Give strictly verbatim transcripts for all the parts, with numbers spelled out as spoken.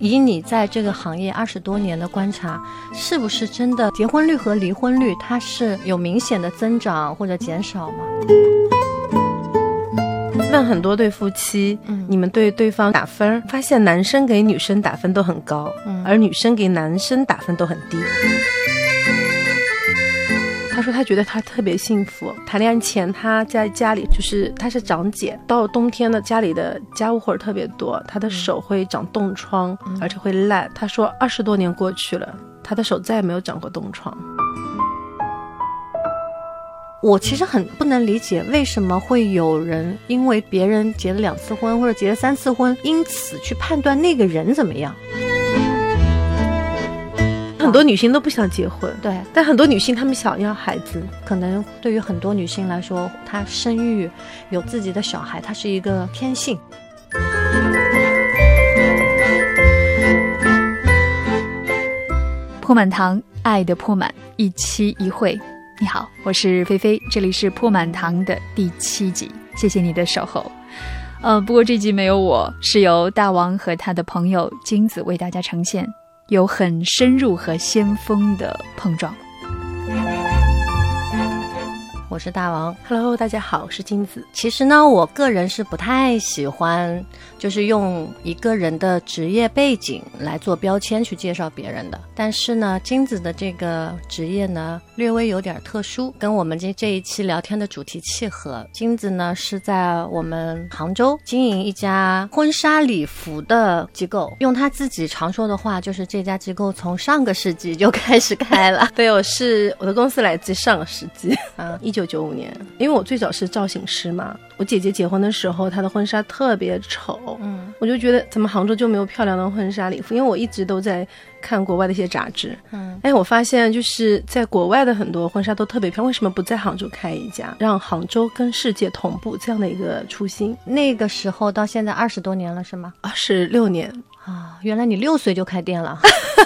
以你在这个行业二十多年的观察，是不是真的结婚率和离婚率它是有明显的增长或者减少吗？ 问很多对夫妻、嗯、你们对对方打分，发现男生给女生打分都很高、嗯、而女生给男生打分都很低。他说他觉得他特别幸福，谈恋爱前他在家里就是他是长姐，到了冬天的家里的家务活特别多，他的手会长冻疮、嗯、而且会烂。他说二十多年过去了，他的手再也没有长过冻疮。 我其实很不能理解为什么会有人因为别人结了两次婚或者结了三次婚，因此去判断那个人怎么样。 很多女性都不想结婚， 对， 但很多女性她们想要孩子。 可能对于很多女性来说，她生育有自己的小孩，它是一个天性。 泼满堂，爱的泼满，一期一会。你好，我是菲菲，这里是泼满堂的第七集，谢谢你的守候。呃，不过这集没有我，是由大王和他的朋友金子为大家呈现，有很深入和先锋的碰撞。 我是大王。 Hello， 大家好，我是金子。 其实呢，我个人是不太喜欢就是用一个人的职业背景来做标签去介绍别人的，但是呢，金子的这个职业呢略微有点特殊，跟我们这这一期聊天的主题契合。金子呢是在我们杭州经营一家婚纱礼服的机构，用他自己常说的话，就是这家机构从上个世纪就开始开了。 对，我是我的公司来自上个世纪啊，一九九五年。因为我最早是造型师嘛，我姐姐结婚的时候她的婚纱特别丑，嗯，我就觉得怎么杭州就没有漂亮的婚纱礼服，因为我一直都在看国外的一些杂志，嗯，哎，我发现就是在国外的很多婚纱都特别漂亮，为什么不在杭州开一家，让杭州跟世界同步这样的一个初心？ 那个时候到现在二十多年了是吗？ 二十六年啊，原来你六岁就开店了。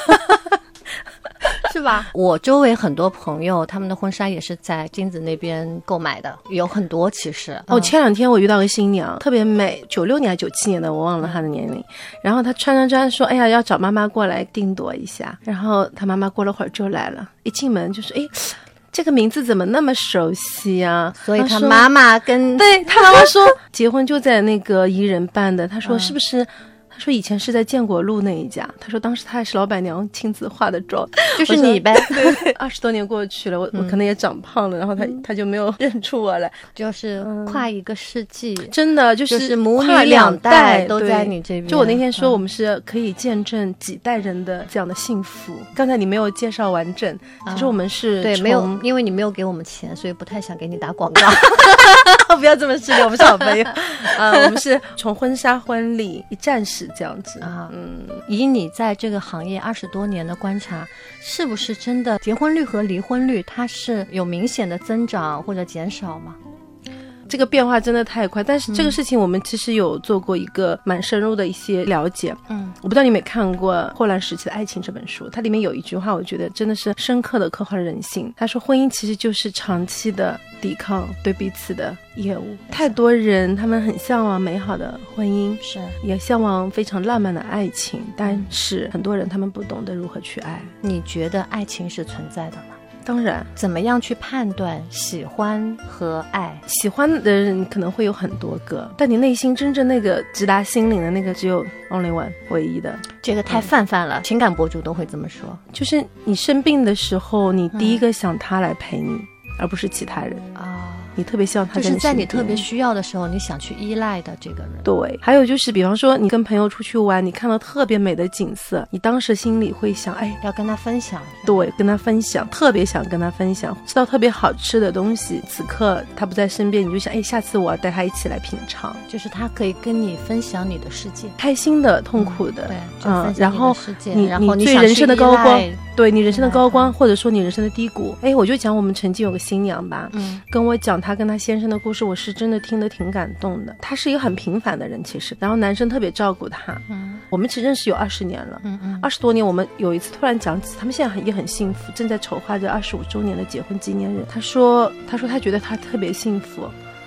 是吧？我周围很多朋友他们的婚纱也是在金子那边购买的，有很多其实、嗯、 哦，前两天我遇到个新娘特别美，九六年还是九七年的，我忘了她的年龄，然后她穿穿穿说哎呀要找妈妈过来定夺一下，然后她妈妈过了会儿就来了，一进门就是哎这个名字怎么那么熟悉啊？ 所以她妈妈跟对她妈妈说结婚就在那个宜人办的，她说是不是、嗯，他说以前是在建国路那一家，他说当时他还是老板娘亲自化的妆， 就是你呗。 对，二十多年过去了，我、嗯、我可能也长胖了，然后他、嗯、他就没有认出我来， 就是跨一个世纪、嗯、 真的就是就是母女两代都在你这边。 就我那天说我们是可以见证几代人的这样的幸福、嗯、刚才你没有介绍完整，其实我们是、 嗯、对没有，因为你没有给我们钱，所以不太想给你打广告。 不要这么失礼，我们是好朋友。啊、呃，我们是从婚纱婚礼一站式这样子啊。 嗯，以你在这个行业二十多年的观察，是不是真的结婚率和离婚率它是有明显的增长或者减少吗？ 这个变化真的太快，但是这个事情我们其实有做过一个蛮深入的一些了解。嗯，我不知道你没看过《霍乱时期的爱情》这本书，它里面有一句话我觉得真的是深刻的刻画人性。他说婚姻其实就是长期的抵抗对彼此的厌恶。太多人他们很向往美好的婚姻，是也向往非常浪漫的爱情，但是很多人他们不懂得如何去爱。 你觉得爱情是存在的吗？ 当然。 怎么样去判断喜欢和爱？ 喜欢的人可能会有很多个，但你内心真正那个直达心灵的那个只有 only one， 唯一的。 这个太泛泛了、嗯、情感博主都会这么说。 就是你生病的时候你第一个想他来陪你、嗯、而不是其他人啊。你特别希望他就是在你特别需要的时候你想去依赖的这个人。 对，还有就是比方说你跟朋友出去玩，你看到特别美的景色，你当时心里会想哎， 要跟他分享。 对，跟他分享，特别想跟他分享。吃到特别好吃的东西，此刻他不在身边，你就想哎，下次我要带他一起来品尝。 就是他可以跟你分享你的世界， 开心的痛苦的、嗯、 对，嗯， 然后你然后你对人生的高光，对你人生的高光或者说你人生的低谷。哎，我就讲我们曾经有个新娘吧，嗯，跟我讲她跟她先生的故事，我是真的听得挺感动的。她是一个很平凡的人其实，然后男生特别照顾她。嗯，我们其实认识有二十年了，嗯嗯，二十多年。我们有一次突然讲起他们现在很也很幸福，正在筹划着二十五周年的结婚纪念日。他说他说他觉得他特别幸福。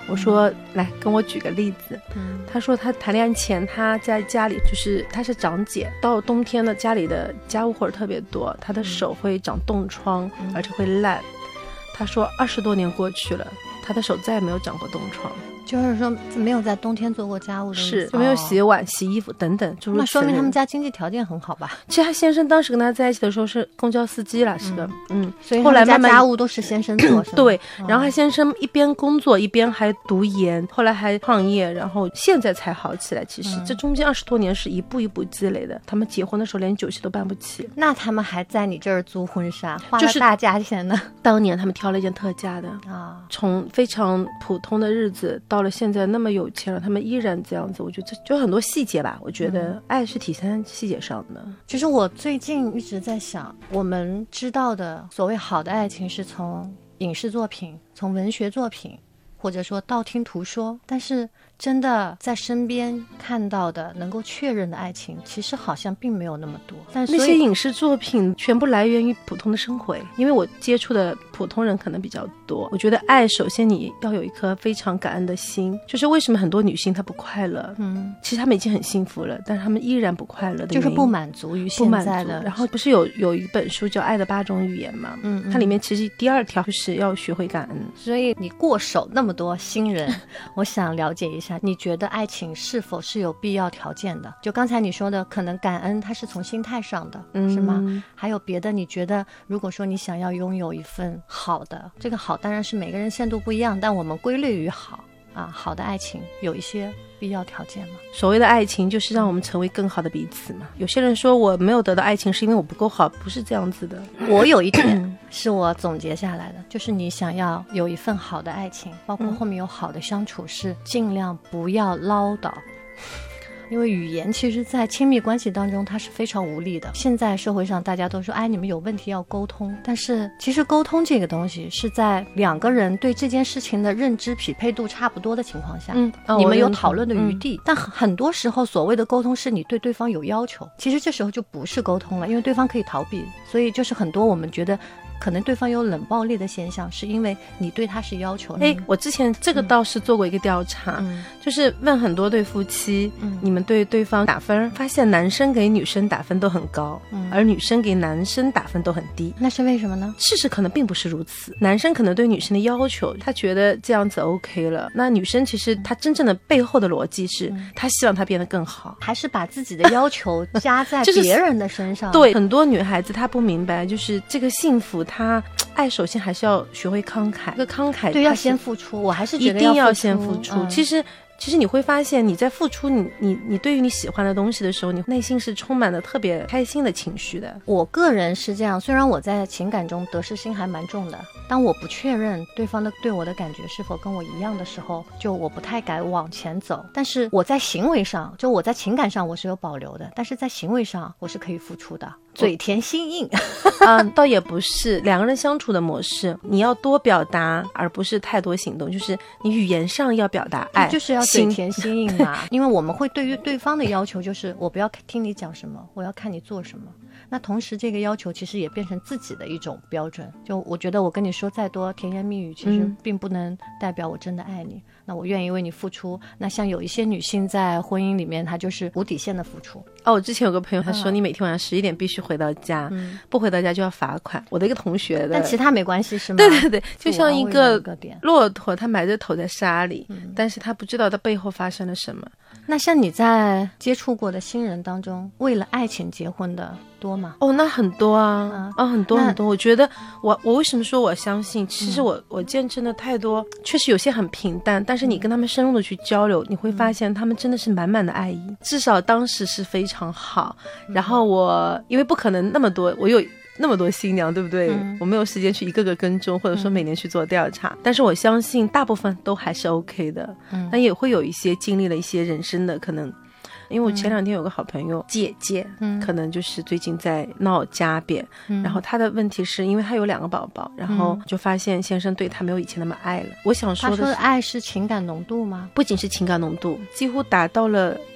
我说来跟我举个例子。嗯，他说他谈恋爱前他在家里就是他是长姐，到冬天的家里的家务活特别多，他的手会长冻疮，嗯，而且会烂。他说二十多年过去了，他的手再也没有长过冻疮。 就是说没有在冬天做过家务的意思， 是就没有洗碗、哦、洗衣服等等， 那说明他们家经济条件很好吧？ 其实他先生当时跟他在一起的时候是公交司机了，是的，嗯， 嗯所以后来慢慢家务都是先生做， 对，然后他先生一边工作一边还读研，后来还创业，然后现在才好起来。其实、嗯、这中间二十多年是一步一步积累的。他们结婚的时候连酒席都办不起， 那他们还在你这儿租婚纱，花了大价钱呢。就是当年他们挑了一件特价的啊，从非常普通的日子到了现在那么有钱了，他们依然这样子。我觉得这就很多细节吧，我觉得爱是体现在细节上的。 其实我最近一直在想，我们知道的所谓好的爱情是从影视作品、从文学作品，或者说道听途说，但是真的在身边看到的能够确认的爱情其实好像并没有那么多。但那些影视作品全部来源于普通的生活，因为我接触的普通人可能比较多。我觉得爱首先你要有一颗非常感恩的心，就是为什么很多女性她不快乐，嗯，其实她们已经很幸福了，但是她们依然不快乐的原因就是不满足于现在的。 然后不是有有一本书叫《爱的八种语言》吗？嗯, 嗯，它里面其实第二条就是要学会感恩。 所以你过手那么多新人我想了解一下，你觉得爱情是否是有必要条件的？就刚才你说的，可能感恩它是从心态上的，嗯，是吗？还有别的？你觉得如果说你想要拥有一份好的，这个好当然是每个人限度不一样，但我们归类于好啊，好的爱情有一些必要条件吗？ 所谓的爱情就是让我们成为更好的彼此嘛。有些人说我没有得到爱情是因为我不够好，不是这样子的。 我有一点是我总结下来的，就是你想要有一份好的爱情，包括后面有好的相处，是尽量不要唠叨。因为语言其实在亲密关系当中它是非常无力的。现在社会上大家都说哎，你们有问题要沟通，但是其实沟通这个东西是在两个人对这件事情的认知匹配度差不多的情况下，嗯，哦、你们有讨论的余地、嗯、但很多时候所谓的沟通是你对对方有要求，其实这时候就不是沟通了，因为对方可以逃避。所以就是很多我们觉得可能对方有冷暴力的现象，是因为你对他是要求的。 哎，我之前这个倒是做过一个调查、嗯、就是问很多对夫妻、嗯、你们对对方打分，发现男生给女生打分都很高、嗯、而女生给男生打分都很低。 那是为什么呢？ 事实可能并不是如此，男生可能对女生的要求他觉得这样子 OK 了，那女生其实他真正的背后的逻辑是、嗯、他希望他变得更好， 还是把自己的要求加在别人的身上、 就是、对，很多女孩子她不明白，就是这个幸福他爱首先还是要学会慷慨，这个慷慨对要先付出，我还是觉得一定要先付出、嗯、其实其实你会发现你在付出你你你对于你喜欢的东西的时候，你内心是充满了特别开心的情绪的。 我个人是这样，虽然我在情感中得失心还蛮重的，当我不确认对方的对我的感觉是否跟我一样的时候，就我不太敢往前走。但是我在行为上，就我在情感上我是有保留的，但是在行为上我是可以付出的，嘴甜心硬嗯，倒也不是，两个人相处的模式你要多表达而不是太多行动，就是你语言上要表达爱， 就是要嘴甜心硬嘛因为我们会对于对方的要求就是我不要听你讲什么，我要看你做什么，那同时这个要求其实也变成自己的一种标准。就我觉得我跟你说再多甜言蜜语其实并不能代表我真的爱你、嗯、那我愿意为你付出。那像有一些女性在婚姻里面她就是无底线的付出。 哦，我之前有个朋友他说、嗯、你每天晚上十一点必须回到家、嗯、不回到家就要罚款。我的一个同学的， 但其他没关系是吗？ 对对对，就像一个骆驼他埋着头在沙里、嗯、但是他不知道他背后发生了什么。 那像你在接触过的新人当中为了爱情结婚的多吗？ 哦，那很多啊，啊、哦，很多很多。我觉得我我为什么说我相信，其实我、嗯、我见证的太多，确实有些很平淡，但是你跟他们深入的去交流、嗯、你会发现他们真的是满满的爱意、嗯、至少当时是非常好、嗯、然后我因为不可能那么多，我有那么多新娘对不对、嗯、我没有时间去一个个跟踪，或者说每年去做调查、嗯、但是我相信大部分都还是 OK 的。嗯，那也会有一些经历了一些人生的可能，因为我前两天有个好朋友、嗯、姐姐、嗯、可能就是最近在闹家变、嗯、然后她的问题是因为她有两个宝宝，然后就发现先生对她没有以前那么爱了。我想说的是， 她说的爱是情感浓度吗？ 不仅是情感浓度，几乎达到了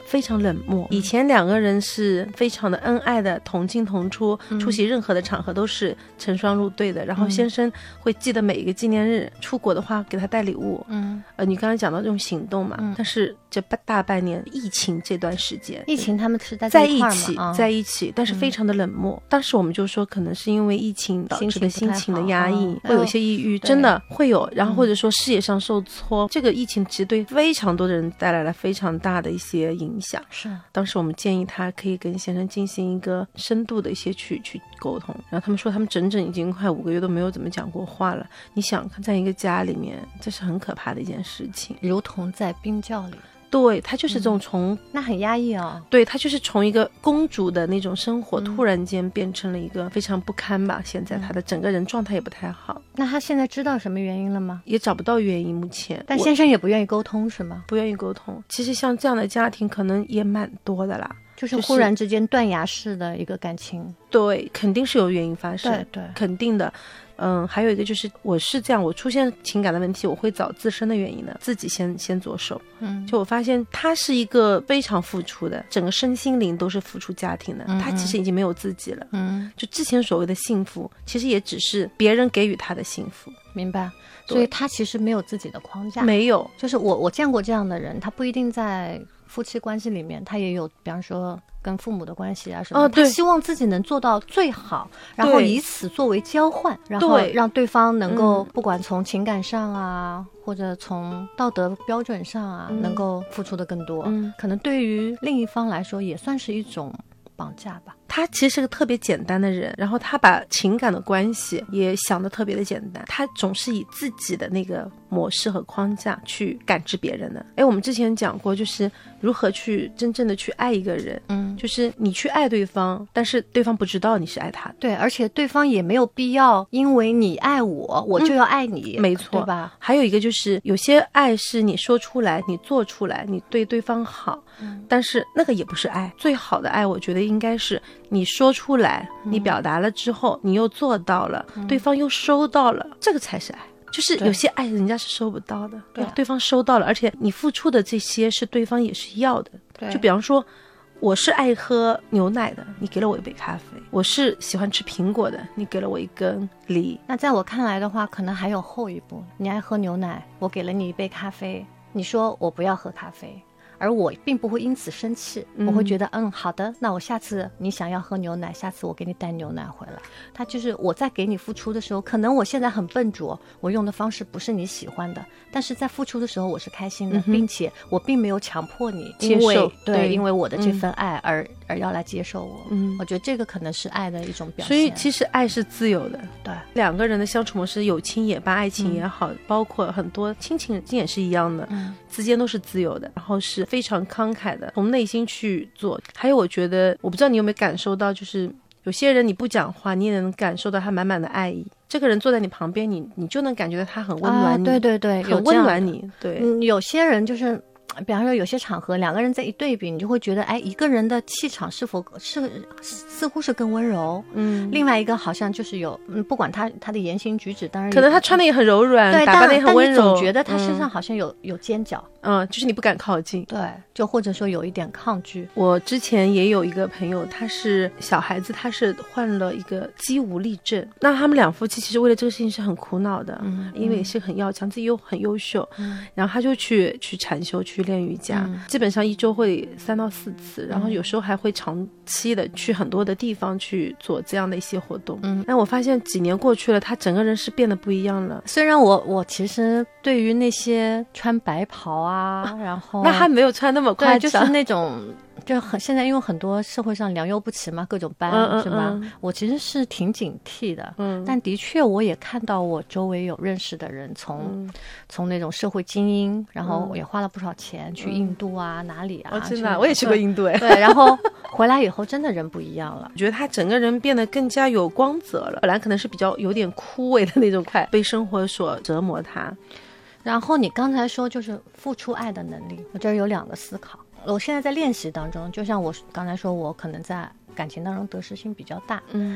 非常冷漠。以前两个人是非常的恩爱的，同进同出，嗯、出席任何的场合都是成双入对的。然后先生会记得每一个纪念日，出国的话给他带礼物。嗯，呃，你刚才讲到这种行动嘛，嗯、但是这大半年疫情这段时间， 疫情他们是在在一块起， 啊、 在一起，但是非常的冷漠。嗯、当时我们就说，可能是因为疫情导致的心情的压抑， 嗯、 会有一些抑郁，真的会有。然后或者说事业上受挫，嗯、这个疫情其实对非常多的人带来了非常大的一些影响。 是， 当时我们建议他可以跟先生进行一个深度的一些去去沟通。然后他们说，他们整整已经快五个月都没有怎么讲过话了。你想，在一个家里面，这是很可怕的一件事情， 如同在冰窖里。 对，他就是这种从、嗯、 那很压抑哦。 对，他就是从一个公主的那种生活、嗯、突然间变成了一个非常不堪吧。现在他的整个人状态也不太好。 那他现在知道什么原因了吗？ 也找不到原因，目前。 但先生也不愿意沟通是吗？ 不愿意沟通。其实像这样的家庭可能也蛮多的啦， 就是忽然之间断崖式的一个感情。就是、 对，肯定是有原因发生。 对对， 肯定的。嗯，还有一个就是我是这样，我出现情感的问题，我会找自身的原因的，自己先先着手。嗯，就我发现他是一个非常付出的，整个身心灵都是付出家庭的，嗯嗯，他其实已经没有自己了。嗯，就之前所谓的幸福，其实也只是别人给予他的幸福。 明白。所以他其实没有自己的框架。 没有， 就是我我见过这样的人，他不一定在夫妻关系里面，他也有比方说跟父母的关系啊什么、哦、他希望自己能做到最好，然后以此作为交换，然后让对方能够不管从情感上啊、嗯、或者从道德标准上啊、嗯、能够付出的更多、嗯、可能对于另一方来说也算是一种绑架吧。 他其实是个特别简单的人，然后他把情感的关系也想得特别的简单，他总是以自己的那个模式和框架去感知别人的。哎，我们之前讲过，就是如何去真正的去爱一个人，嗯，就是你去爱对方，但是对方不知道你是爱他的。 对，而且对方也没有必要因为你爱我我就要爱你、 嗯、没错， 对吧？ 还有一个就是有些爱是你说出来，你做出来，你对对方好、嗯、但是那个也不是爱。最好的爱我觉得应该是你说出来，你表达了之后、嗯、你又做到了、嗯、对方又收到了，这个才是爱。就是有些爱人家是收不到的，对，对方收到了，而且你付出的这些是对方也是要的。对，就比方说我是爱喝牛奶的，你给了我一杯咖啡；我是喜欢吃苹果的，你给了我一根梨。 那在我看来的话，可能还有后一步，你爱喝牛奶，我给了你一杯咖啡，你说我不要喝咖啡，而我并不会因此生气、嗯、我会觉得嗯好的，那我下次你想要喝牛奶，下次我给你带牛奶回来。他就是我在给你付出的时候，可能我现在很笨拙，我用的方式不是你喜欢的，但是在付出的时候我是开心的、嗯、并且我并没有强迫你接受， 对，对因为我的这份爱而、嗯、而要来接受我。嗯，我觉得这个可能是爱的一种表现。 所以其实爱是自由的， 对， 两个人的相处模式，友情也罢，爱情也好、嗯、包括很多亲情也是一样的、嗯、之间都是自由的，然后是非常慷慨的，从内心去做。还有我觉得我不知道你有没有感受到，就是有些人你不讲话你也能感受到他满满的爱意，这个人坐在你旁边，你你就能感觉到他很温暖你、啊、 对对对， 很温暖你。对、 嗯、有些人就是比方说有些场合两个人在一对比，你就会觉得哎，一个人的气场是否是似乎是更温柔，嗯，另外一个好像就是有嗯，不管他他的言行举止，当然可能他穿的也很柔软， 对， 打扮的也很温柔， 但你总觉得他身上好像有、嗯、有尖角， 嗯，就是你不敢靠近， 对，就或者说有一点抗拒。 我之前也有一个朋友，他是小孩子，他是患了一个肌无力症，那他们两夫妻其实为了这个事情是很苦恼的，嗯，因为也是很要强，自己又很优秀，嗯，然后他就去去禅修，去练瑜伽、嗯、基本上一周会三到四次，然后有时候还会长期的去很多的地方去做这样的一些活动。嗯，但我发现几年过去了，他整个人是变得不一样了。 虽然我我其实对于那些穿白袍啊，然后那他没有穿那么夸张， 对，就是那种就很现在因为很多社会上良莠不齐嘛，各种班、嗯、是吧、嗯、我其实是挺警惕的。嗯，但的确我也看到我周围有认识的人从、嗯、从那种社会精英，然后也花了不少钱、嗯、去印度啊、嗯、哪里啊， 我真的我也去过印度。 对，对，然后回来以后真的人不一样了。 我觉得他整个人变得更加有光泽了，本来可能是比较有点枯萎的那种块，被生活所折磨他。 然后你刚才说就是付出爱的能力，我这儿有两个思考。我现在在练习当中，就像我刚才说我可能在感情当中得失心比较大，嗯，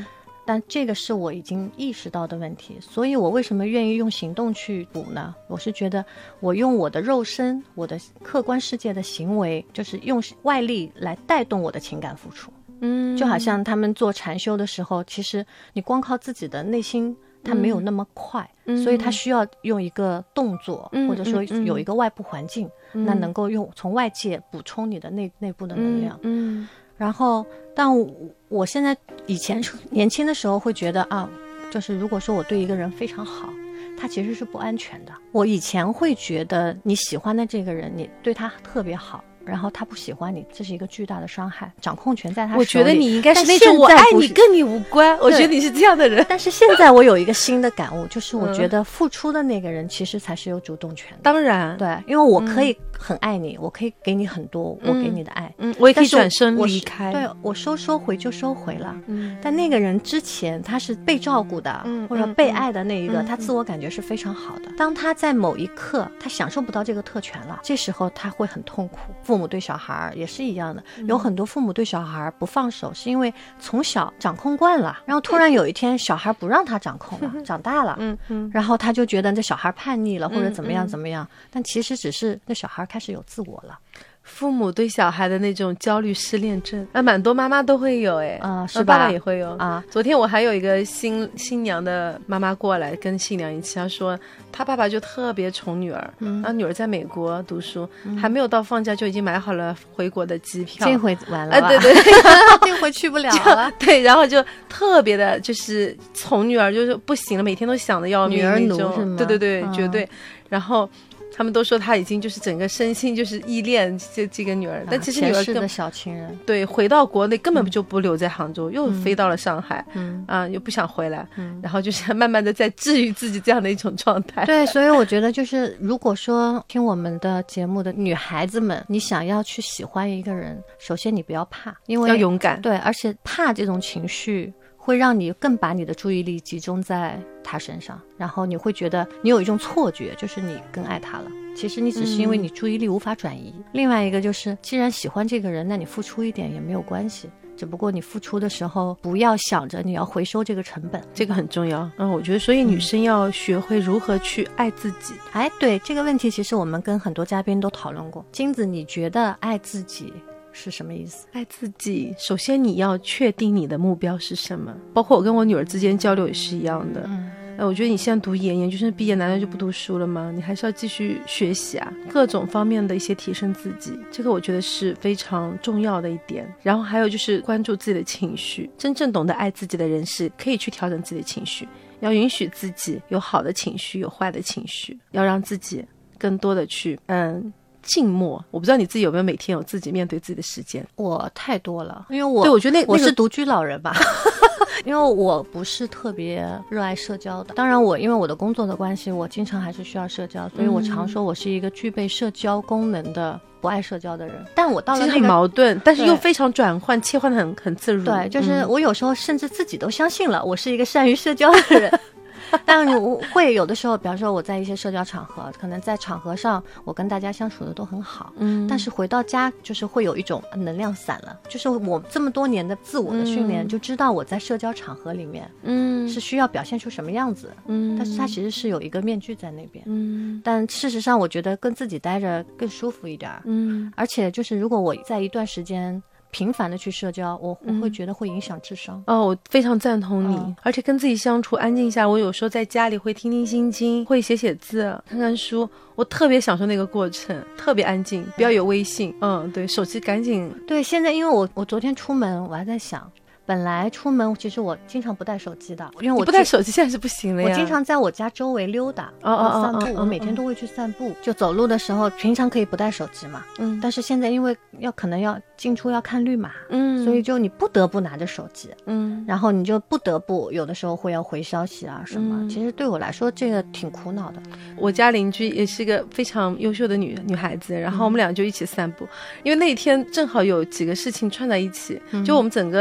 但这个是我已经意识到的问题，所以我为什么愿意用行动去补呢？我是觉得我用我的肉身，我的客观世界的行为，就是用外力来带动我的情感付出。嗯，就好像他们做禅修的时候，其实你光靠自己的内心它没有那么快、嗯、所以它需要用一个动作、嗯、或者说有一个外部环境、嗯、那能够用从外界补充你的内内部的能量。嗯，嗯然后但我我现在以前年轻的时候会觉得啊，就是如果说我对一个人非常好，他其实是不安全的。我以前会觉得你喜欢的这个人，你对他特别好，然后他不喜欢你，这是一个巨大的伤害，掌控权在他手里。 我觉得你应该是那种我爱你跟你无关，我觉得你是这样的人。 但是现在我有一个新的感悟，就是我觉得付出的那个人其实才是有主动权的。 当然， 对，因为我可以很爱你、嗯、我可以给你很多我给你的爱， 嗯，我也可以转身离开。 对，我收收回就收回了。嗯，但那个人之前他是被照顾的、嗯、或者被爱的那一个、嗯、他自我感觉是非常好的、嗯、当他在某一刻他享受不到这个特权了，这时候他会很痛苦。父母对小孩也是一样的，有很多父母对小孩不放手，是因为从小掌控惯了，然后突然有一天小孩不让他掌控了，长大了，嗯嗯，然后他就觉得这小孩叛逆了，或者怎么样怎么样，但其实只是那小孩开始有自我了。 父母对小孩的那种焦虑失恋症，啊，蛮多妈妈都会有，哎， 啊、呃，是吧？ 爸爸也会有啊。昨天我还有一个新新娘的妈妈过来跟新娘一起，她说她爸爸就特别宠女儿，嗯，然后女儿在美国读书、嗯，还没有到放假就已经买好了回国的机票， 这回完了吧？ 啊，对对， 这回去不了了。 对，然后就特别的，就是宠女儿，就是不行了，每天都想着要命， 女儿奴是吗？ 对对对， 嗯、 绝对。然后他们都说他已经就是整个身心就是依恋这这个女儿、啊、但其实女儿是的小情人， 对，回到国内根本就不留在杭州、嗯、又飞到了上海，嗯啊，又不想回来，嗯，然后就是慢慢的在治愈自己这样的一种状态。 对，所以我觉得就是如果说听我们的节目的女孩子们，你想要去喜欢一个人，首先你不要怕，因为要勇敢， 对，而且怕这种情绪会让你更把你的注意力集中在他身上，然后你会觉得你有一种错觉，就是你更爱他了，其实你只是因为你注意力无法转移、嗯、另外一个就是既然喜欢这个人，那你付出一点也没有关系，只不过你付出的时候不要想着你要回收这个成本， 这个很重要。嗯，我觉得所以女生要学会如何去爱自己、 嗯、哎，对，这个问题其实我们跟很多嘉宾都讨论过。金子，你觉得爱自己是什么意思？ 爱自己，首先你要确定你的目标是什么，包括我跟我女儿之间交流也是一样的。嗯，呃，我觉得你现在读研，研究生毕业难道就不读书了吗？你还是要继续学习啊，各种方面的一些提升自己，这个我觉得是非常重要的一点。然后还有就是关注自己的情绪，真正懂得爱自己的人是可以去调整自己的情绪，要允许自己有好的情绪，有坏的情绪，要让自己更多的去嗯静默。我不知道你自己有没有每天有自己面对自己的时间？ 我太多了，因为我对我觉得那我是独居老人吧因为我不是特别热爱社交的，当然我因为我的工作的关系，我经常还是需要社交，所以我常说我是一个具备社交功能的不爱社交的人。但我到了那个其实很矛盾，但是又非常转换切换的很很自如。 对，就是我有时候甚至自己都相信了我是一个善于社交的人但我会有的时候，比方说我在一些社交场合，可能在场合上我跟大家相处的都很好，嗯，但是回到家就是会有一种能量散了，就是我这么多年的自我的训练、嗯、就知道我在社交场合里面嗯是需要表现出什么样子，嗯，但是它其实是有一个面具在那边，嗯，但事实上我觉得跟自己待着更舒服一点，嗯，而且就是如果我在一段时间频繁的去社交，我我会觉得会影响智商、 嗯、哦，我非常赞同你、哦、而且跟自己相处安静一下，我有时候在家里会听听心经，会写写字，看看书，我特别享受那个过程，特别安静，不要有微信，嗯，对，手机赶紧。 对，现在因为我我昨天出门我还在想，本来出门其实我经常不带手机的，因为我不带手机现在是不行了呀。 我经常在我家周围溜达， 哦哦哦， 散步、哦哦、我每天都会去散步、哦哦、就走路的时候平常可以不带手机嘛，嗯，但是现在因为要可能要进出要看绿码，嗯，所以就你不得不拿着手机，嗯，然后你就不得不有的时候会要回消息啊什么、嗯、其实对我来说这个挺苦恼的。 我家邻居也是个非常优秀的女女孩子，然后我们俩就一起散步、嗯、因为那天正好有几个事情串在一起、嗯、就我们整个就是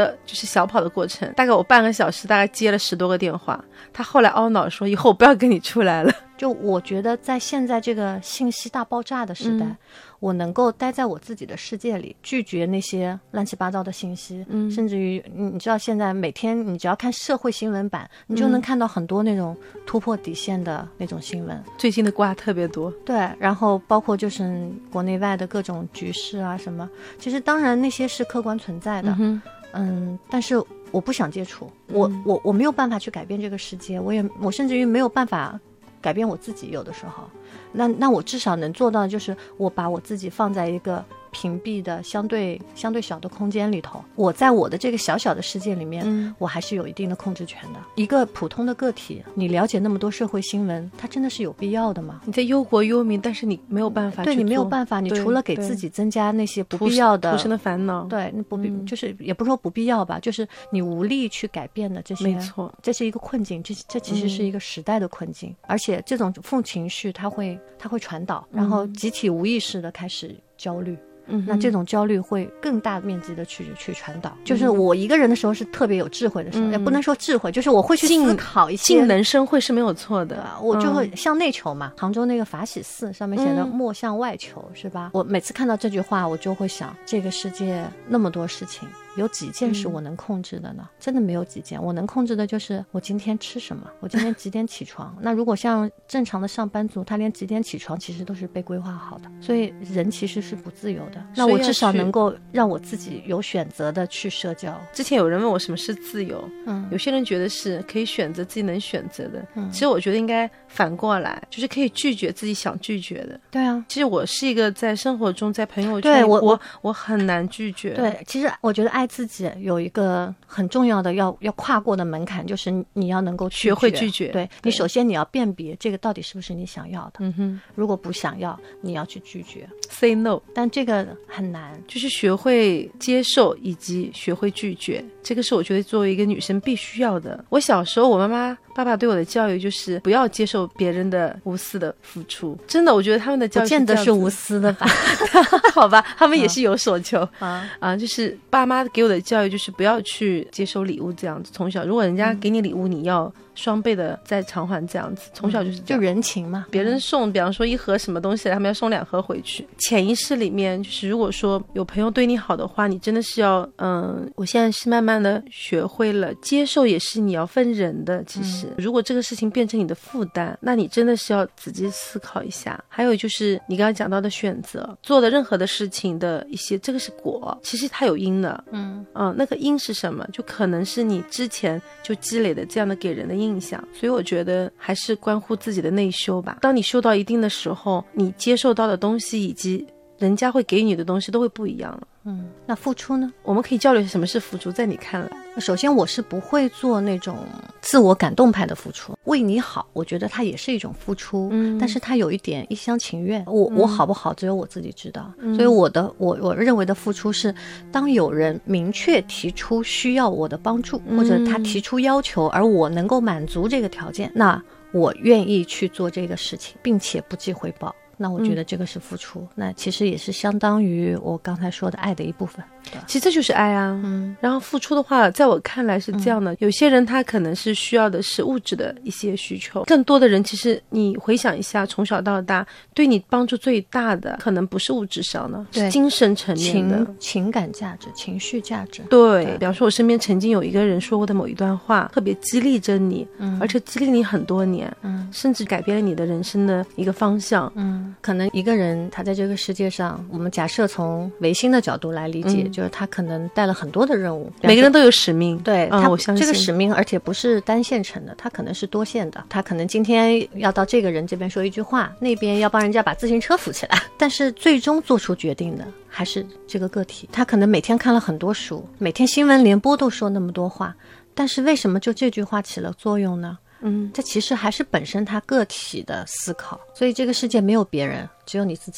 小跑的过程，大概我半个小时大概接了十多个电话，他后来懊恼说以后我不要跟你出来了。 就我觉得在现在这个信息大爆炸的时代、嗯、我能够待在我自己的世界里，拒绝那些乱七八糟的信息、嗯、甚至于你知道现在每天你只要看社会新闻版、嗯、你就能看到很多那种突破底线的那种新闻， 最近的瓜特别多。 对，然后包括就是国内外的各种局势啊什么，其实当然那些是客观存在的， 嗯, 嗯但是我不想接触，我、嗯、我我没有办法去改变这个世界，我也我甚至于没有办法改变我自己，有的时候那那我至少能做到的就是我把我自己放在一个屏蔽的相对相对小的空间里头，我在我的这个小小的世界里面、嗯、我还是有一定的控制权的。一个普通的个体，你了解那么多社会新闻，它真的是有必要的吗？ 你在忧国忧民，但是你没有办法去做， 对，你没有办法，你除了给自己增加那些不必要的徒生的烦恼， 对，不必、嗯、就是也不是说不必要吧，就是你无力去改变的这些， 没错， 这是一个困境，这这其实是一个时代的困境、嗯、而且这种负情绪它会它会传导，然后集体无意识的开始焦虑，嗯，那这种焦虑会更大面积的去去传导。就是我一个人的时候是特别有智慧的时候、嗯、也不能说智慧，就是我会去思考一些， 尽能生慧是没有错的。 我就会向内求嘛、嗯、杭州那个法喜寺上面写的莫向外求、嗯、是吧？我每次看到这句话我就会想，这个世界那么多事情，有几件是我能控制的呢、嗯、真的没有几件。我能控制的就是我今天吃什么，我今天几点起床那如果像正常的上班族，他连几点起床其实都是被规划好的，所以人其实是不自由的。那我至少能够让我自己有选择的去社交。 之前有人问我什么是自由，嗯，有些人觉得是可以选择自己能选择的、嗯、其实我觉得应该反过来，就是可以拒绝自己想拒绝的。 对啊， 其实我是一个在生活中在朋友圈对我我我很难拒绝。 对，其实我觉得爱自己有一个很重要的要要跨过的门槛，就是你要能够拒绝， 学会拒绝。 对, 对你首先你要辨别这个到底是不是你想要的，嗯哼，如果不想要你要去拒绝 say no， 但这个很难， 就是学会接受以及学会拒绝，这个是我觉得作为一个女生必须要的。我小时候我妈妈爸爸对我的教育就是不要接受别人的无私的付出，真的我觉得他们的教育不见得是无私的吧好吧，他们也是有所求、 啊啊，就是爸妈给我的教育就是不要去接收礼物这样子，从小如果人家给你礼物、嗯、你要双倍的再偿还这样子，从小就是这样、 嗯、就人情嘛， 别人送比方说一盒什么东西他们要送两盒回去，潜意识里面就是如果说有朋友对你好的话，你真的是要嗯，我现在是慢慢的学会了接受，也是你要分人的。其实、嗯、如果这个事情变成你的负担，那你真的是要仔细思考一下。还有就是你刚刚讲到的选择，做的任何的事情的一些，这个是果，其实它有因的，嗯嗯，那个因是什么，就可能是你之前就积累的这样的给人的印象，所以我觉得还是关乎自己的内修吧。当你修到一定的时候，你接受到的东西以及人家会给你的东西都会不一样了。 嗯，那付出呢？ 我们可以交流什么是付出，在你看来？ 首先我是不会做那种自我感动派的付出，为你好我觉得它也是一种付出，嗯，但是它有一点一厢情愿，我、嗯、我好不好只有我自己知道、嗯、所以我的我我认为的付出是当有人明确提出需要我的帮助、嗯、或者他提出要求而我能够满足这个条件，那我愿意去做这个事情并且不计回报，那我觉得这个是付出、嗯、那其实也是相当于我刚才说的爱的一部分。 其实这就是爱啊，嗯，然后付出的话在我看来是这样的、嗯、有些人他可能是需要的是物质的一些需求，更多的人其实你回想一下从小到大对你帮助最大的可能不是物质上的，是精神层面的情, 情感价值情绪价值。 对, 对比方说我身边曾经有一个人说过的某一段话特别激励着你、嗯、而且激励你很多年、嗯、甚至改变了你的人生的一个方向。 嗯，可能一个人他在这个世界上，我们假设从唯心的角度来理解、嗯、就是他可能带了很多的任务， 每个人都有使命。 对、 嗯、 他我相信这个使命而且不是单线程的，他可能是多线的，他可能今天要到这个人这边说一句话，那边要帮人家把自行车扶起来，但是最终做出决定的还是这个个体。他可能每天看了很多书，每天新闻联播都说那么多话，但是为什么就这句话起了作用呢？嗯，这其实还是本身他个体的思考。所以这个世界没有别人，只有你自己嘛。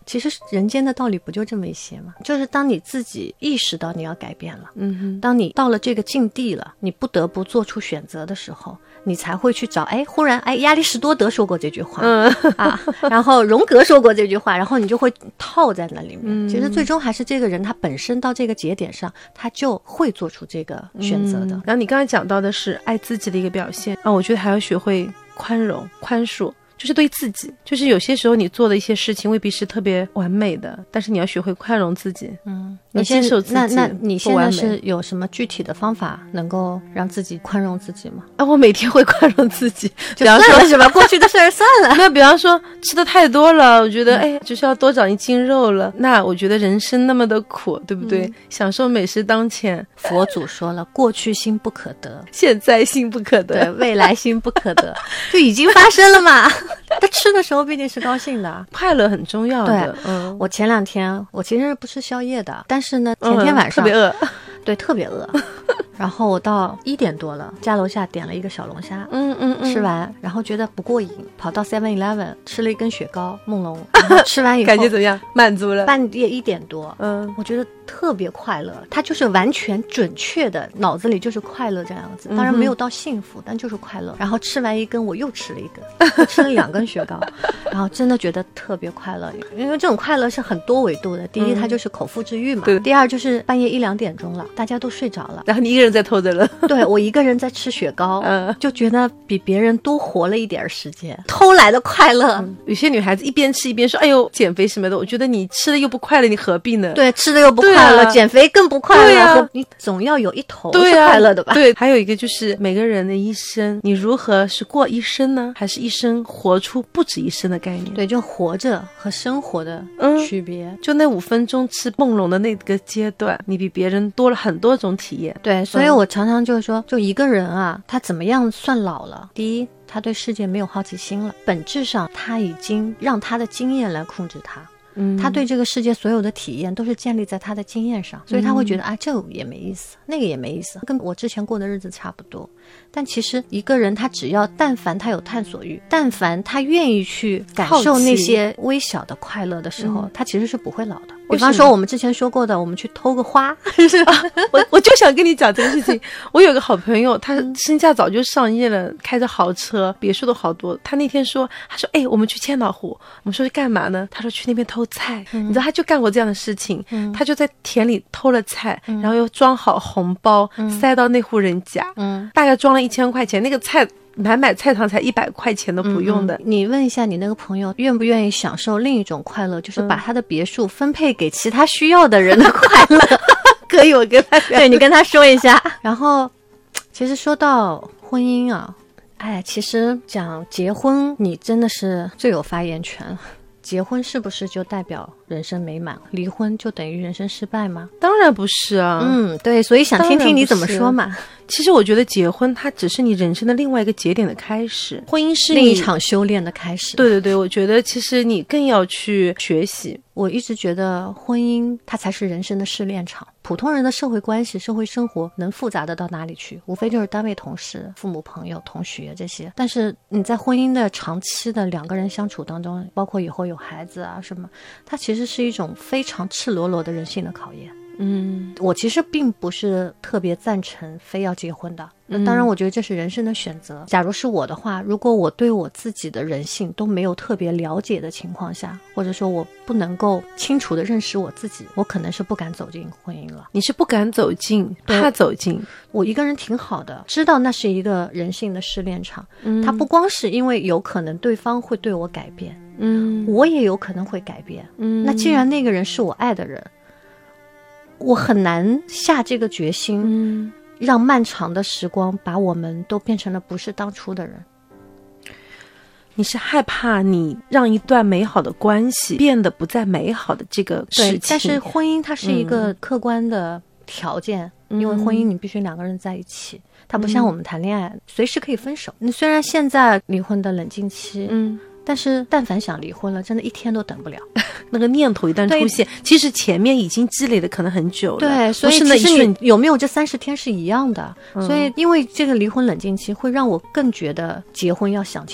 其实人间的道理不就这么一些吗？就是当你自己意识到你要改变了， 嗯哼， 当你到了这个境地了，你不得不做出选择的时候，你才会去找，哎，忽然哎，亚里士多德说过这句话， 嗯啊，然后荣格说过这句话，然后你就会套在那里面。 嗯、 其实最终还是这个人他本身到这个节点上，他就会做出这个选择的。 嗯、然后你刚才讲到的是爱自己的一个表现啊，我觉得还要学会宽容、宽恕。就是对自己，就是有些时候你做的一些事情未必是特别完美的，但是你要学会宽容自己， 嗯， 你接受自己。 那那你现在是有什么具体的方法能够让自己宽容自己吗？ 啊，我每天会宽容自己， 就算了是吧？过去的事儿算了。 那比方说吃的太多了，我觉得、嗯、哎，就是要多长一斤肉了。那我觉得人生那么的苦，对不对？嗯、享受美食当前。 佛祖说了，过去心不可得， 现在心不可得， 对，未来心不可得，就已经发生了嘛。他吃的时候毕竟是高兴的， 快乐很重要的。 对， 嗯， 我前两天我其实不吃宵夜的，但是呢，前天晚上、 嗯、特别饿， 对，特别饿。然后我到一点多了，家楼下点了一个小龙虾， 嗯嗯嗯， 吃完，然后觉得不过瘾，跑到 seven eleven 吃了一根雪糕，梦龙，然后吃完以后感觉怎么样？满足了。 半夜一点多， 嗯， 我觉得特别快乐，它就是完全准确的，脑子里就是快乐这样子，当然没有到幸福，嗯、但就是快乐。然后吃完一根，我又吃了一根，吃了两根雪糕，然后真的觉得特别快乐，因为这种快乐是很多维度的。第一，它就是口腹之欲嘛； 嗯、 第二，就是半夜一两点钟了，大家都睡着了， 然后你一个人在偷着乐。 对，我一个人在吃雪糕， 嗯， 就觉得比别人多活了一点时间，偷来的快乐。 嗯、有些女孩子一边吃一边说：“哎呦，减肥什么的。”我觉得你吃的又不快乐，你何必呢？ 对，吃的又不快乐，啊、减肥更不快乐。 对啊、 你总要有一头是快乐的吧？ 对、啊，对。还有一个就是每个人的一生，你如何是过一生呢？还是一生活出不止一生的概念？ 对，就活着和生活的区别。 嗯、就那五分钟吃梦龙的那个阶段，你比别人多了很多种体验。 对，所以我常常就是说，就一个人啊，他怎么样算老了？第一，他对世界没有好奇心了，本质上他已经让他的经验来控制他。嗯，他对这个世界所有的体验都是建立在他的经验上，所以他会觉得、嗯、啊，这个也没意思，那个也没意思，跟我之前过的日子差不多。但其实一个人他只要但凡他有探索欲，但凡他愿意去感受那些微小的快乐的时候，他其实是不会老的。比方说我们之前说过的，我们去偷个花是吧、啊、 我我就想跟你讲这个事情。我有个好朋友，他身价早就上亿了，开着豪车，别墅都好多。他那天说，他说哎，我们去千岛湖。我们说去干嘛呢？他说去那边偷菜、嗯、你知道他就干过这样的事情、嗯、他就在田里偷了菜、嗯、然后又装好红包、嗯、塞到那户人家、嗯、大概装了一千块钱，那个菜买买菜场才一百块钱都不用的、 嗯、你问一下你那个朋友愿不愿意享受另一种快乐，就是把他的别墅分配给其他需要的人的快乐、嗯、 可以，我跟他对你跟他说一下。然后其实说到婚姻啊，哎，其实讲结婚你真的是最有发言权了。结婚是不是就代表人生美满？离婚就等于人生失败吗？ 当然不是啊。 嗯，对，所以想听听你怎么说嘛。 其实我觉得结婚它只是你人生的另外一个节点的开始，婚姻是另一场修炼的开始。 对对对，我觉得其实你更要去学习。 我一直觉得婚姻它才是人生的试炼场。普通人的社会关系、社会生活能复杂的到哪里去？无非就是单位同事、父母、朋友、同学这些。但是你在婚姻的长期的两个人相处当中，包括以后有孩子啊什么，它其实是一种非常赤裸裸的人性的考验。嗯，我其实并不是特别赞成非要结婚的，嗯、当然我觉得这是人生的选择。假如是我的话，如果我对我自己的人性都没有特别了解的情况下，或者说我不能够清楚地认识我自己，我可能是不敢走进婚姻了。 你是不敢走进，怕走进？ 我一个人挺好的，知道那是一个人性的试炼场。嗯，它不光是因为有可能对方会对我改变，嗯，我也有可能会改变。嗯，那既然那个人是我爱的人，我很难下这个决心、嗯、让漫长的时光把我们都变成了不是当初的人。 你是害怕你让一段美好的关系变得不再美好的这个事情。 对，但是婚姻它是一个客观的条件、嗯、因为婚姻你必须两个人在一起、嗯、它不像我们谈恋爱、嗯、随时可以分手。你虽然现在离婚的冷静期，嗯，但是但凡想离婚了，真的一天都等不了。 那个念头一旦出现，其实前面已经积累的可能很久了。 对，所以其实你有没有这三十天是一样的、嗯、所以因为这个离婚冷静期会让我更觉得结婚要想清楚。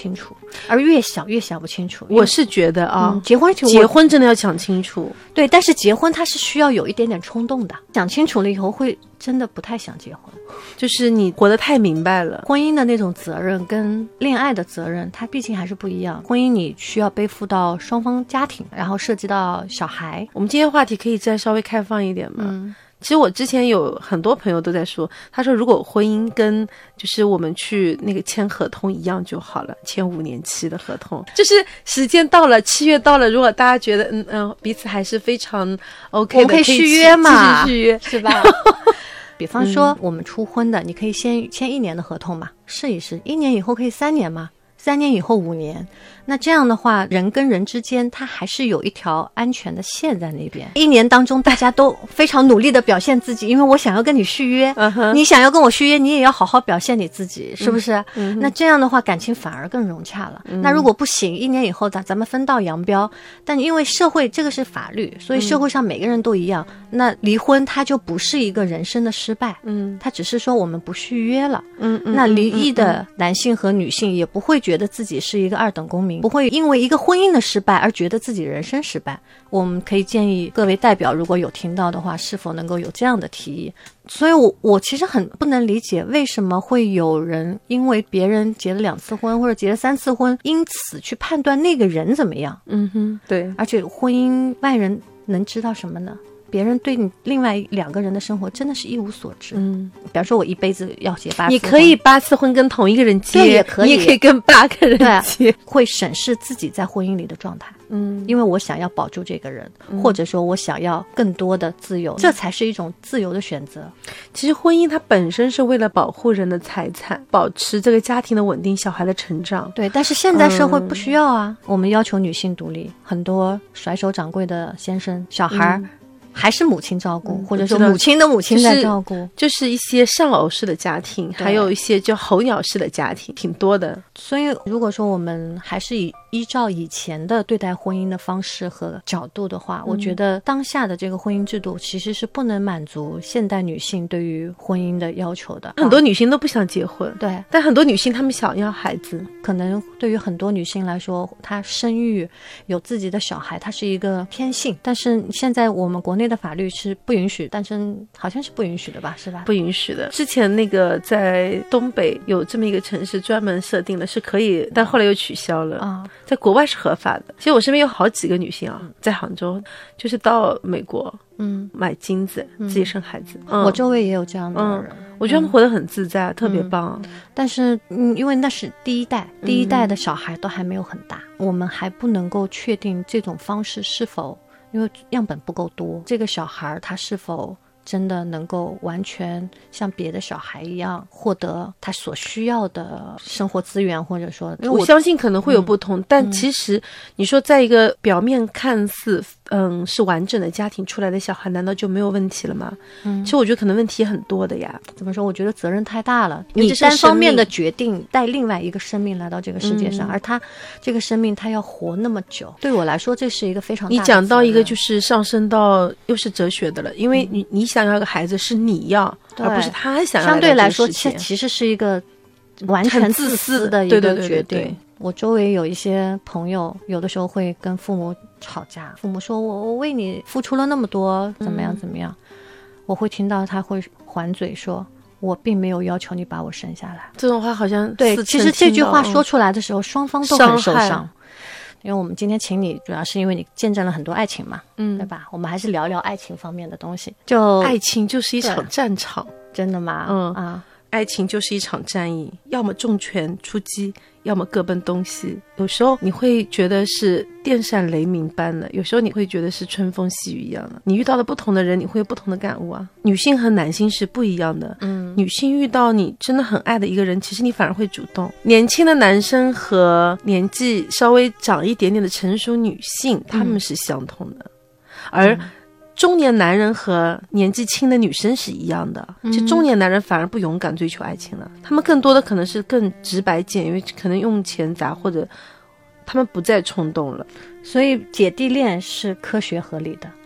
而越想越想不清楚。 我是觉得啊、 嗯，结婚结婚真的要想清楚。 对，但是结婚它是需要有一点点冲动的，想清楚了以后会真的不太想结婚， 就是你活得太明白了。 婚姻的那种责任跟恋爱的责任它毕竟还是不一样，婚姻你需要背负到双方家庭，然后涉及到小孩。 我们今天话题可以再稍微开放一点吗？嗯，其实我之前有很多朋友都在说，他说如果婚姻跟就是我们去那个签合同一样就好了，签五年期的合同，就是时间到了，七月到了，如果大家觉得嗯嗯彼此还是非常 OK 的， 我们可以续约嘛， 继续续约是吧？比方说我们初婚的，你可以先签一年的合同嘛，试一试，一年以后可以三年嘛，三年以后五年。那这样的话，人跟人之间它还是有一条安全的线在那边。一年当中大家都非常努力的表现自己，因为我想要跟你续约、uh-huh. 你想要跟我续约，你也要好好表现你自己，是不是、嗯、那这样的话感情反而更融洽了、嗯、那如果不行，一年以后咱咱们分道扬镳，但因为社会这个是法律，所以社会上每个人都一样、嗯、那离婚它就不是一个人生的失败，嗯，它只是说我们不续约了，嗯，那离异的男性和女性也不会觉得自己是一个二等公民，不会因为一个婚姻的失败而觉得自己人生失败。我们可以建议各位代表如果有听到的话，是否能够有这样的提议。所以我我其实很不能理解为什么会有人因为别人结了两次婚或者结了三次婚，因此去判断那个人怎么样。 嗯哼，对。 而且婚姻外人能知道什么呢？别人对你另外两个人的生活真的是一无所知。嗯，比方说我一辈子要结八次婚， 你可以八次婚跟同一个人结， 对，也可以， 你也可以跟八个人结。 会审视自己在婚姻里的状态。嗯，因为我想要保住这个人、嗯、或者说我想要更多的自由、嗯、这才是一种自由的选择。 其实婚姻它本身是为了保护人的财产，保持这个家庭的稳定，小孩的成长。 对，但是现在社会不需要啊、嗯、我们要求女性独立，很多甩手掌柜的先生小孩、嗯还是母亲照顾、嗯、或者说母亲的母亲在照顾、 就是、就是一些丧偶式的家庭，还有一些就候鸟式的家庭，挺多的。 所以如果说我们还是以依照以前的对待婚姻的方式和角度的话、嗯、我觉得当下的这个婚姻制度其实是不能满足现代女性对于婚姻的要求的。 很多女性都不想结婚， 对， 但很多女性她们想要孩子。 可能对于很多女性来说，她生育有自己的小孩，她是一个天性，但是现在我们国内的法律是不允许单身，好像是不允许的吧，是吧？ 不允许的。之前那个在东北有这么一个城市专门设定了是可以，但后来又取消了啊。在国外是合法的。其实我身边有好几个女性啊，在杭州就是到美国嗯买金子、嗯、自己生孩子、 嗯、我周围也有这样的人、嗯、 我觉得他们活得很自在、嗯、特别棒、 嗯、但是嗯，因为那是第一代第一代的小孩都还没有很大、嗯、我们还不能够确定这种方式是否，因为样本不够多，这个小孩他是否真的能够完全像别的小孩一样获得他所需要的生活资源，或者说 我, 我相信可能会有不同、嗯、但其实你说在一个表面看似嗯是完整的家庭出来的小孩，难道就没有问题了吗？嗯，其实我觉得可能问题很多的呀。 怎么说，我觉得责任太大了，你单方面的决定带另外一个生命来到这个世界上、嗯、而他这个生命他要活那么久，对我来说这是一个非常大的责任。 你讲到一个就是上升到又是哲学的了，因为你、嗯、你想要个孩子是你要，而不是他想要来。 相对来说其其实是一个完全自私的一个决定。对对对对对，我周围有一些朋友有的时候会跟父母吵架，父母说我我为你付出了那么多怎么样怎么样、嗯、我会听到他会还嘴说我并没有要求你把我生下来。 这种话好像对，其实这句话说出来的时候双方都很受伤。因为我们今天请你主要是因为你见证了很多爱情嘛，嗯，对吧？我们还是聊聊爱情方面的东西。就爱情就是一场战场。 真的吗？ 嗯啊，爱情就是一场战役，要么重拳出击，要么各奔东西。有时候你会觉得是电闪雷鸣般的，有时候你会觉得是春风细雨一样的。你遇到了不同的人，你会有不同的感悟啊。女性和男性是不一样的。嗯，女性遇到你真的很爱的一个人，其实你反而会主动。年轻的男生和年纪稍微长一点点的成熟女性，他们是相同的，而、嗯中年男人和年纪轻的女生是一样的，其实中年男人反而不勇敢追求爱情了，他们更多的可能是更直白简约，可能用钱砸，或者他们不再冲动了。 所以姐弟恋是科学合理的，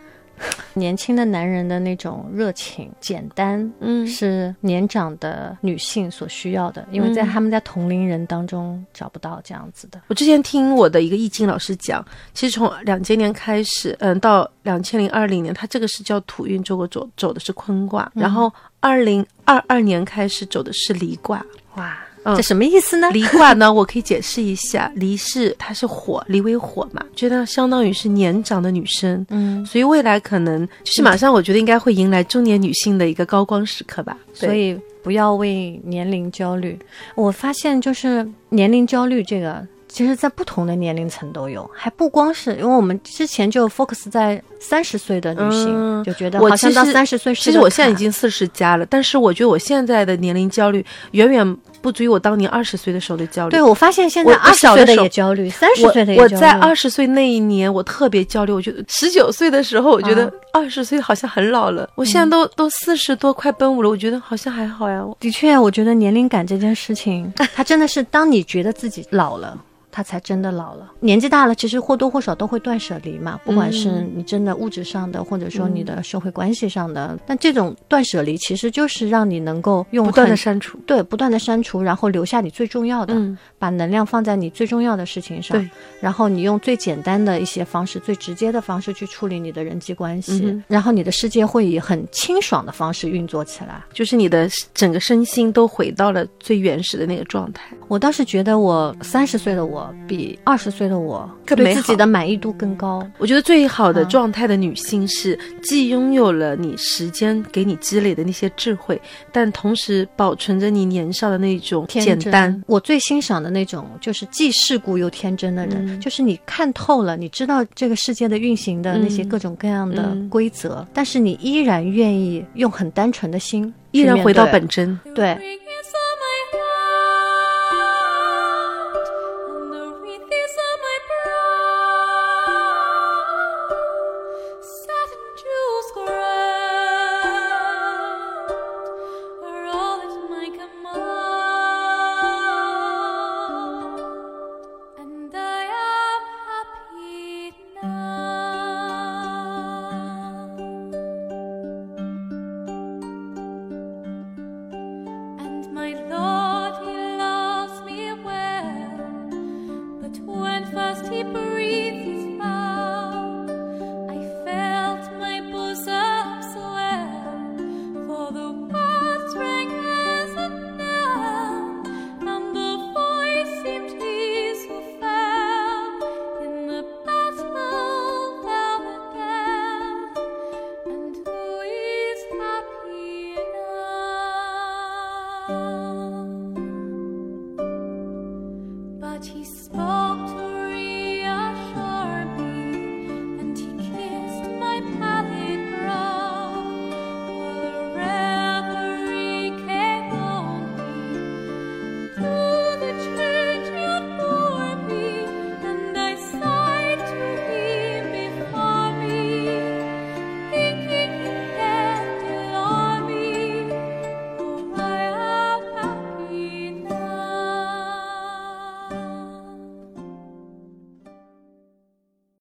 年轻的男人的那种热情简单， 嗯， 是年长的女性所需要的，因为在他们在同龄人当中找不到这样子的。 我之前听我的一个易经老师讲，其实从两千年开始，嗯，到两千零二零年，他这个是叫土运周国走走的是坤卦，嗯、然后二零二二年开始走的是离卦。 哇，嗯、这什么意思呢？ 离卦呢，我可以解释一下，离是它是火，离为火嘛，觉得相当于是年长的女生，嗯，所以未来可能就是马上，我觉得应该会迎来中年女性的一个高光时刻吧。 所以不要为年龄焦虑。我发现就是年龄焦虑这个。其实在不同的年龄层都有，还不光是因为我们之前就 focus 在三十岁的女性、嗯、就觉得好像到三十岁是其实我现在已经四十加了，但是我觉得我现在的年龄焦虑远远不足以我当年二十岁的时候的焦虑。 对，我发现现在二十岁的也焦虑，三十岁的也焦虑。 我在二十岁那一年我特别焦虑，我觉得十九岁的时候我觉得二十岁好像很老了、啊、我现在都、嗯、都四十多快奔五了，我觉得好像还好呀。 的确，我觉得年龄感这件事情它真的是当你觉得自己老了他才真的老了。年纪大了其实或多或少都会断舍离嘛，不管是你真的物质上的、嗯、或者说你的社会关系上的、嗯、但这种断舍离其实就是让你能够用不断的删除， 对，不断的删除，然后留下你最重要的、嗯、把能量放在你最重要的事情上， 对， 然后你用最简单的一些方式，最直接的方式去处理你的人际关系、嗯、然后你的世界会以很清爽的方式运作起来， 就是你的整个身心都回到了最原始的那个状态。 我倒是觉得我三十岁的我比二十岁的我对自己的满意度更高。 我觉得最好的状态的女性是既拥有了你时间给你积累的那些智慧，但同时保存着你年少的那种简单。 我最欣赏的那种就是既世故又天真的人、嗯、就是你看透了，你知道这个世界的运行的那些各种各样的规则、嗯嗯、但是你依然愿意用很单纯的心依然回到本真。 对，